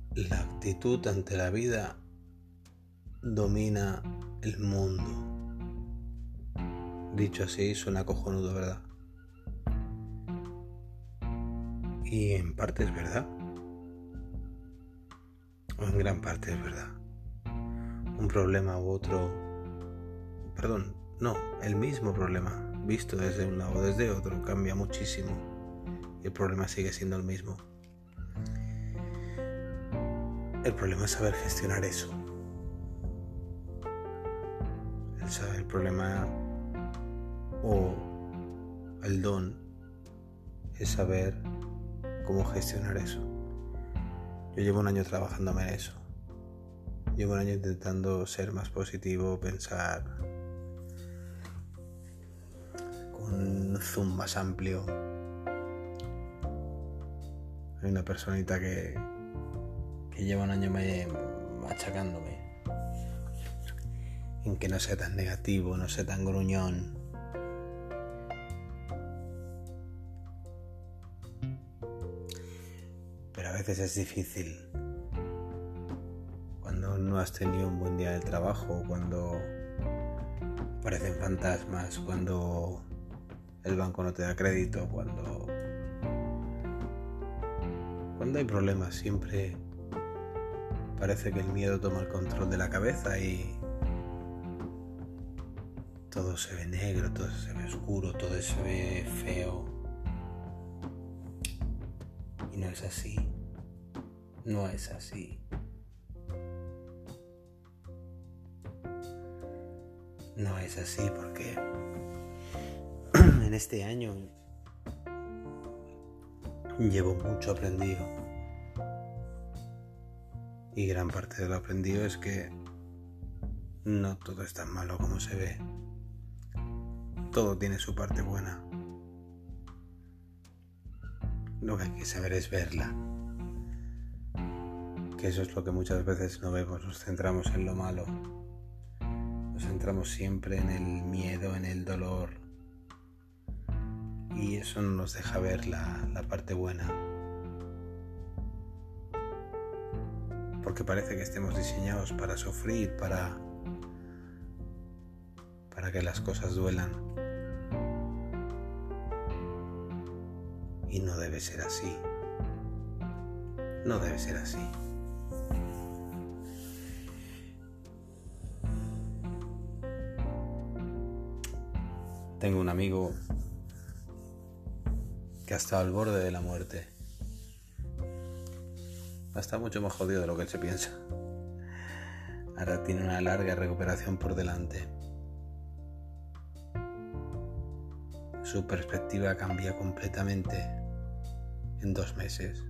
La actitud ante la vida domina el mundo. Dicho así, suena cojonudo, ¿verdad? Y en parte es verdad. O en gran parte es verdad. Un problema u otro... el mismo problema, visto desde un lado o desde otro, cambia muchísimo. Y el problema sigue siendo el mismo. El problema es saber gestionar eso. El problema o el don es saber cómo gestionar eso. Yo llevo un año trabajándome en eso. Llevo un año intentando ser más positivo, pensar con un zoom más amplio. Hay una personita que lleva un año machacándome en que no sea tan negativo, no sea tan gruñón. Pero a veces es difícil cuando no has tenido un buen día de trabajo, cuando aparecen fantasmas, cuando el banco no te da crédito, cuando hay problemas. Siempre parece que el miedo toma el control de la cabeza y todo se ve negro, todo se ve oscuro, todo se ve feo. Y no es así. No es así. No es así porque en este año llevo mucho aprendido. Y gran parte de lo aprendido es que no todo es tan malo como se ve. Todo tiene su parte buena. Lo que hay que saber es verla. Que eso es lo que muchas veces no vemos. Nos centramos en lo malo. Nos centramos siempre en el miedo, en el dolor. Y eso no nos deja ver la parte buena. Porque parece que estemos diseñados para sufrir, para que las cosas duelan. Y no debe ser así. No debe ser así. Tengo un amigo que ha estado al borde de la muerte. Está mucho más jodido de lo que él se piensa. Ahora tiene una larga recuperación por delante. Su perspectiva cambia completamente en 2 meses.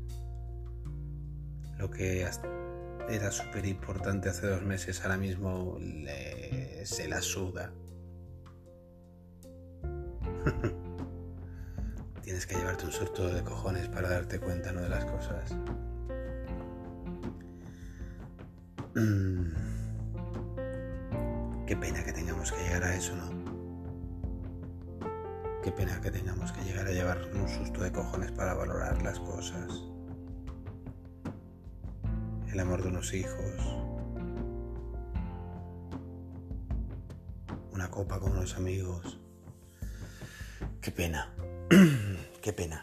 Lo que era súper importante hace 2 meses, ahora mismo se la suda. Tienes que llevarte un susto de cojones para darte cuenta, ¿no?, de las cosas. Qué pena que tengamos que llegar a eso, ¿no? Qué pena que tengamos que llegar a llevar un susto de cojones para valorar las cosas. El amor de unos hijos. Una copa con unos amigos. Qué pena. Qué pena.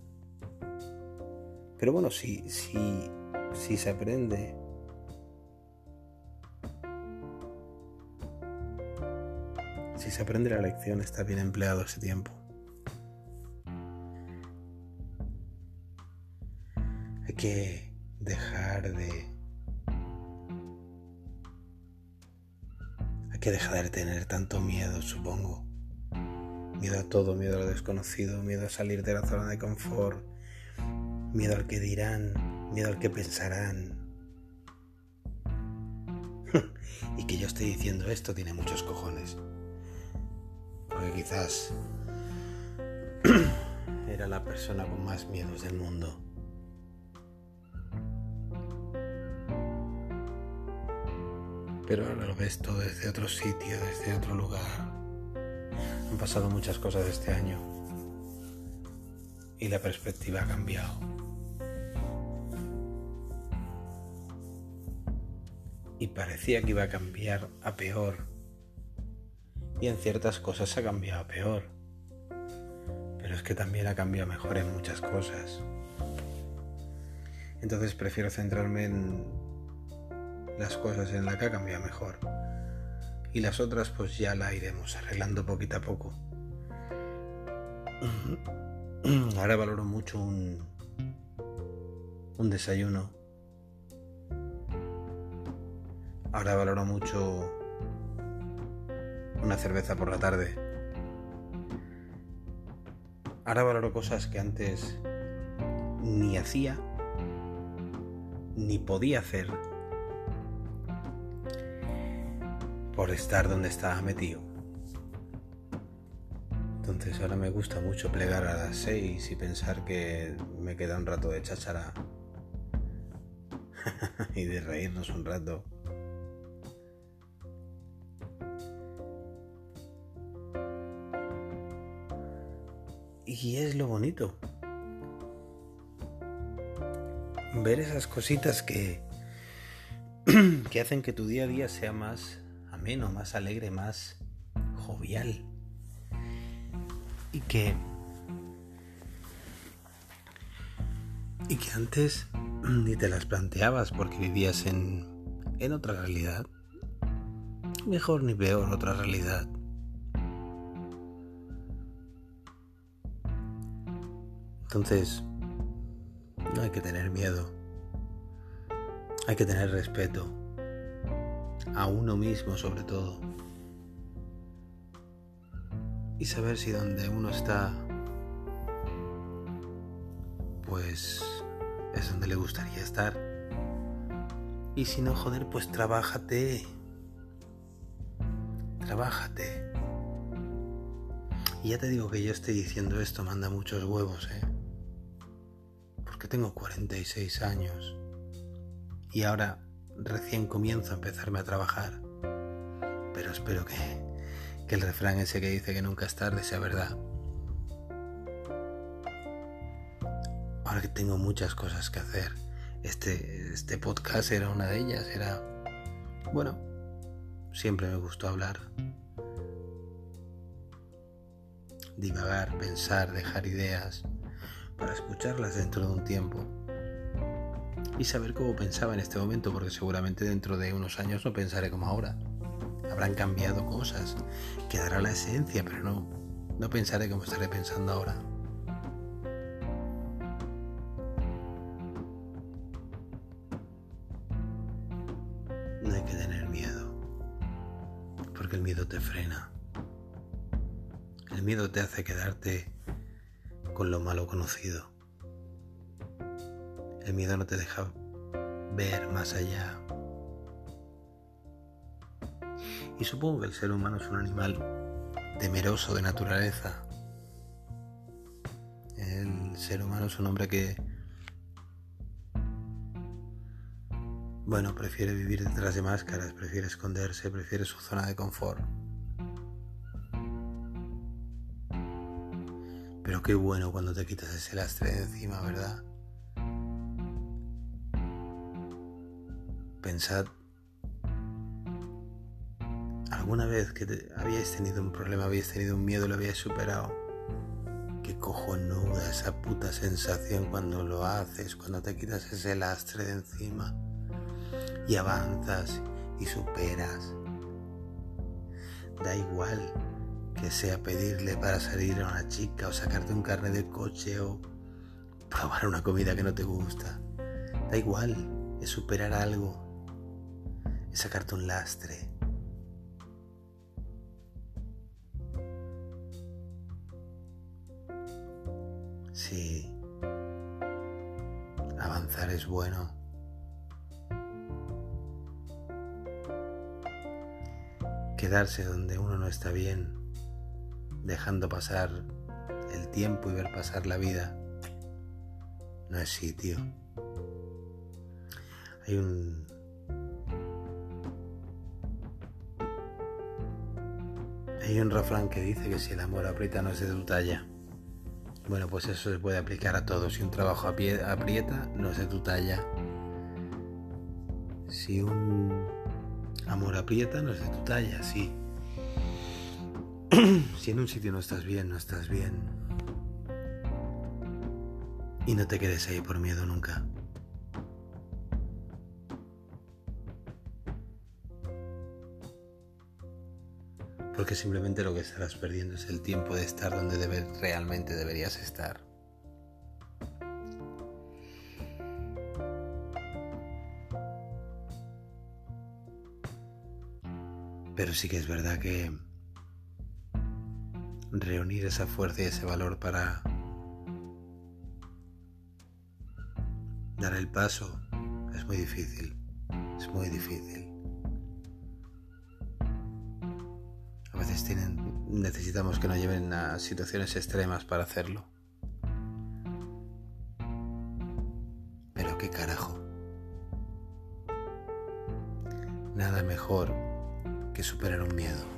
Pero bueno, si se aprende... Si se aprende la lección, está bien empleado ese tiempo. Hay que dejar de tener tanto miedo, supongo. Miedo a todo, miedo a lo desconocido, miedo a salir de la zona de confort, miedo al que dirán, miedo al que pensarán. Y que yo esté diciendo esto tiene muchos cojones. Porque quizás era la persona con más miedos del mundo. Pero ahora lo ves todo desde otro sitio, desde otro lugar. Han pasado muchas cosas este año y la perspectiva ha cambiado. y parecía que iba a cambiar a peor, y en ciertas cosas ha cambiado a peor, pero es que también ha cambiado mejor en muchas cosas. Entonces prefiero centrarme en las cosas en las que ha cambiado mejor, y las otras pues ya la iremos arreglando poquito a poco. Ahora valoro mucho un desayuno. Ahora valoro mucho una cerveza por la tarde. Ahora valoro cosas que antes ni hacía ni podía hacer por estar donde estaba metido. Entonces ahora me gusta mucho plegar a las 6 y pensar que me queda un rato de cháchara y de reírnos un rato. Y es lo bonito. Ver esas cositas que hacen que tu día a día sea más ameno, más alegre, más jovial. Y que antes ni te las planteabas porque vivías en otra realidad. Mejor ni peor, otra realidad. Entonces, no hay que tener miedo. Hay que tener respeto. A uno mismo sobre todo. Y saber si donde uno está, pues es donde le gustaría estar. Y si no, joder, pues trabájate. Y ya te digo que yo estoy diciendo esto, manda muchos huevos, porque tengo 46 años y ahora recién comienzo a empezarme a trabajar. Pero espero que el refrán ese que dice que nunca es tarde sea verdad. Ahora que tengo muchas cosas que hacer, este podcast era una de ellas. Siempre me gustó hablar, divagar, pensar, dejar ideas para escucharlas dentro de un tiempo y saber cómo pensaba en este momento, porque seguramente dentro de unos años no pensaré como ahora. Habrán cambiado cosas, quedará la esencia, pero no pensaré como estaré pensando ahora. No hay que tener miedo, porque el miedo te frena. El miedo te hace quedarte con lo malo conocido. El miedo no te deja ver más allá. Y supongo que el ser humano es un animal temeroso de naturaleza. El ser humano es un hombre que, prefiere vivir detrás de máscaras, prefiere esconderse, prefiere su zona de confort. Pero qué bueno cuando te quitas ese lastre de encima, ¿verdad? Pensad, ¿alguna vez que habíais tenido un problema, habíais tenido un miedo y lo habíais superado? Qué cojonuda esa puta sensación cuando lo haces, cuando te quitas ese lastre de encima y avanzas y superas. Da igual que sea pedirle para salir a una chica o sacarte un carnet de coche o probar una comida que no te gusta. Da igual, es superar algo, es sacarte un lastre. Sí, avanzar es bueno. Quedarse donde uno no está bien, dejando pasar el tiempo y ver pasar la vida, no es sitio. Hay un refrán que dice que si el amor aprieta no es de tu talla. Bueno, pues eso se puede aplicar a todo. Si un trabajo aprieta, no es de tu talla. Si un Amor aprieta no es de tu talla, sí. Si en un sitio no estás bien, no estás bien. Y no te quedes ahí por miedo nunca. Porque simplemente lo que estarás perdiendo es el tiempo de estar donde realmente deberías estar. Pero sí que es verdad que reunir esa fuerza y ese valor para dar el paso es muy difícil. Es muy difícil. A veces necesitamos que nos lleven a situaciones extremas para hacerlo. Pero qué carajo. Nada mejor que superar un miedo.